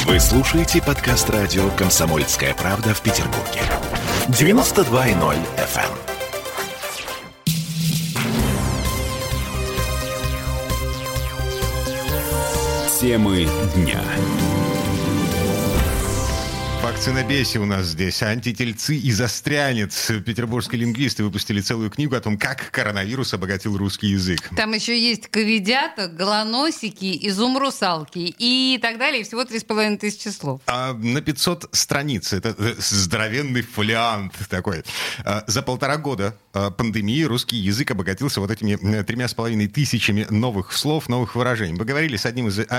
Вы слушаете подкаст радио «Комсомольская правда» в Петербурге. 92.0 FM. Темы дня. Вакцинобесие у нас здесь. Антительцы и застрянец. Петербургские лингвисты выпустили целую книгу о том, как коронавирус обогатил русский язык. Там еще есть ковидята, голоносики, изум-русалки и так далее. Всего 3500 слов. На 500 страниц. Это здоровенный фолиант такой. За 1,5 года пандемии русский язык обогатился вот этими 3500 новых слов, новых выражений. Мы говорили с одним из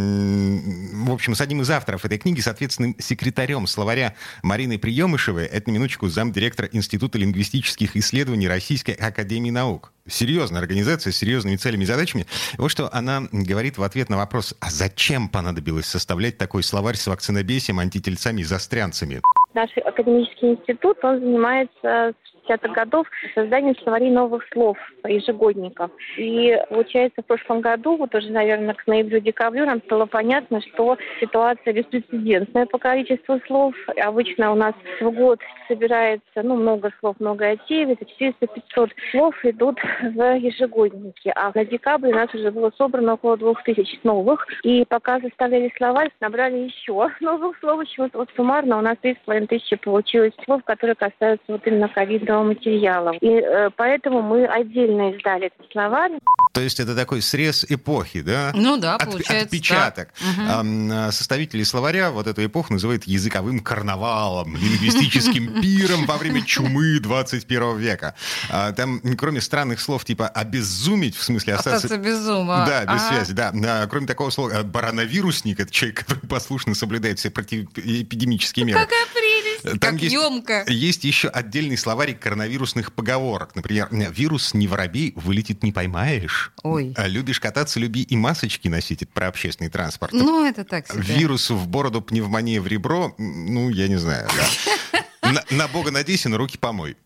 авторов этой книги, с ответственным секретарем словаря Мариной Приемышевой. Это, на минуточку, замдиректора Института лингвистических исследований Российской академии наук. Серьезная организация с серьезными целями и задачами. Вот что она говорит в ответ на вопрос, а зачем понадобилось составлять такой словарь с вакцинобесием, антительцами и застрянцами? Наш академический институт, он занимается с 60-х годов созданием словарей новых слов, ежегодников. И, получается, в прошлом году, вот уже, наверное, к ноябрю-декабрю нам стало понятно, что ситуация беспрецедентная по количеству слов. Обычно у нас в год собирается, много слов, много отеев, это 400-500 слов идут в ежегодники. А на декабрь у нас уже было собрано около 2000 новых. И пока составляли словарь, набрали еще новых слов. Почему-то вот суммарно у нас 3500 получилось слов, которые касаются вот именно ковидного материала. И поэтому мы отдельно издали этот словарь. То есть это такой срез эпохи, да? Ну да, получается. Отпечаток. Да. Составители словаря вот эту эпоху называют языковым карнавалом, лингвистическим пиром во время чумы 21 века. Там, кроме странных слов типа «обезумить», в смысле остаться без ума. Да, без связи, да. Кроме такого слова «барановирусник», это человек, который послушно соблюдает все противоэпидемические меры. Какая прелесть, там как емко. Есть еще отдельный словарик коронавирусных поговорок. Например, «вирус не воробей, вылетит не поймаешь». Ой. «Любишь кататься, люби и масочки носить». Это про общественный транспорт. Ну, это так себе. «Вирус в бороду, пневмония в ребро». Я не знаю. На Бога надейся, на руки помой.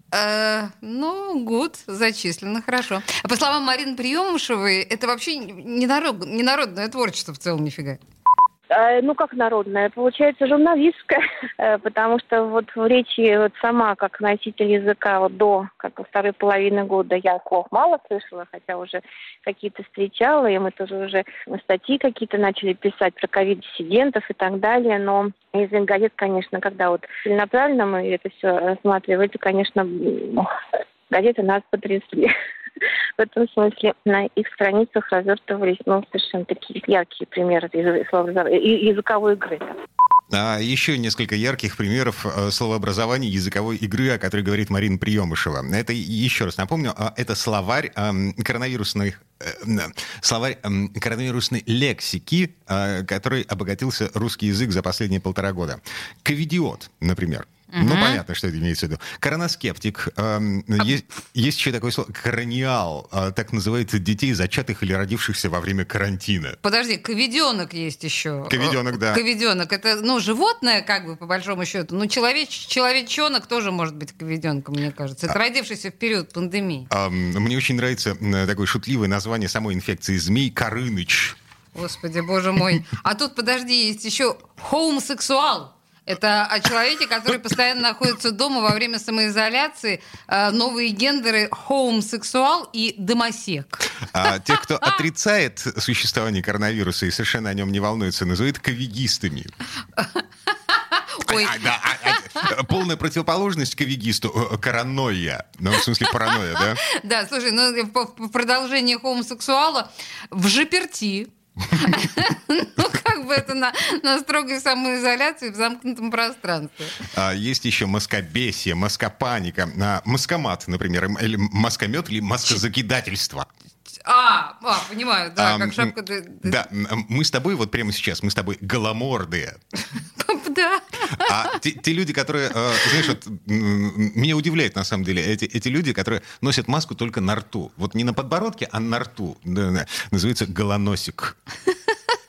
Гуд, зачислено, хорошо. А по словам Марины Приемышевой, это вообще не народное творчество в целом, нифига. Как народная, получается журналистская, потому что вот в речи вот сама, как носитель языка, вот до второй половины года я слов мало слышала, хотя уже какие-то встречала, и мы тоже уже статьи какие-то начали писать про ковид-диссидентов и так далее, но из газет, конечно, когда вот целенаправленно мы это все рассматривали, то, конечно, газеты нас потрясли. В этом смысле на их страницах развертывались совершенно такие яркие примеры языковой игры. Еще несколько ярких примеров словообразования языковой игры, о которой говорит Марина Приемышева. Это, еще раз напомню, это словарь коронавирусной лексики, который обогатился русский язык за последние 1,5 года. Ковидиот, например. Понятно, что это имеется в виду. Коронаскептик. Есть еще такое слово корониал. Так называют детей, зачатых или родившихся во время карантина. Подожди, ковиденок есть еще. Ковиденок, да. Ковиденок. Это, животное, по большому счету. Человечонок тоже может быть ковиденком, мне кажется. Это родившийся в период пандемии. Мне очень нравится такое шутливое название самой инфекции. Змей Корыныч. Господи, боже мой. А тут, подожди, есть еще хоумосексуал. Это о человеке, который постоянно находится дома во время самоизоляции. Новые гендеры хоумосексуал и домосек. Те, кто отрицает существование коронавируса и совершенно о нем не волнуется, называют ковигистами. Полная противоположность ковигисту — коронойя. В смысле паранойя, да? Да, слушай, в продолжение хоумосексуала в заперти. Это на строгой самоизоляции в замкнутом пространстве. Есть еще маскобесие, маскопаника, маскомат, например, или маскомет, или маскозакидательство. Понимаю, да, как шапка... Да, мы с тобой вот прямо сейчас, голомордые. Да. Те люди, которые, знаешь, меня удивляет на самом деле, эти люди, которые носят маску только на рту. Вот не на подбородке, а на рту. Называется голоносик.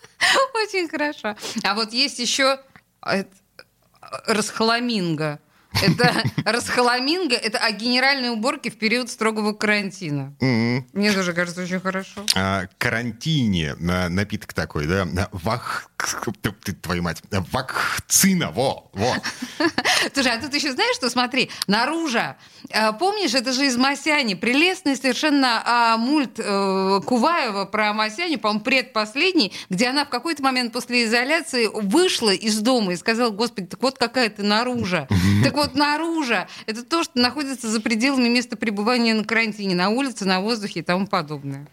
Очень хорошо. А вот есть еще расхламинго. Это расхламинго, это о генеральной уборке в период строгого карантина. Мне тоже кажется очень хорошо. Карантине напиток такой, да? Твою мать. Вакцина, во. Слушай, а тут еще знаешь, что, смотри, наружу. Помнишь, это же из Масяни. Прелестный совершенно мульт Куваева про Масяню, по-моему, предпоследний, где она в какой-то момент после изоляции вышла из дома и сказала: Господи, так вот какая ты наружу. Так вот, наружу — это то, что находится за пределами места пребывания на карантине, на улице, на воздухе и тому подобное.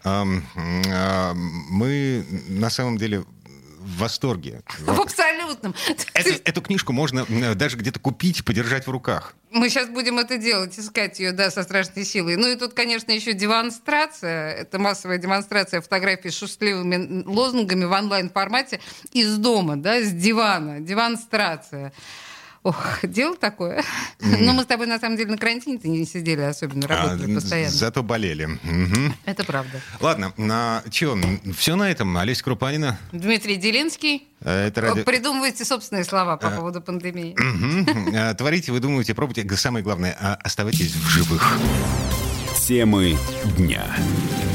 Мы, на самом деле, в восторге. В абсолютном. Эту книжку можно даже где-то купить, подержать в руках. Мы сейчас будем это делать, искать ее, да, со страшной силой. Ну и тут, конечно, еще демонстрация. Это массовая демонстрация фотографий с шутливыми лозунгами в онлайн-формате из дома, да, с дивана. Демонстрация. Ох, дело такое. Но мы с тобой, на самом деле, на карантине-то не сидели особенно, работали постоянно. Зато болели. Это правда. Ладно, все на этом. Олеся Крупанина. Дмитрий Делинский. Придумывайте собственные слова по поводу пандемии. Творите, выдумывайте, пробуйте. Самое главное, оставайтесь в живых. Темы дня.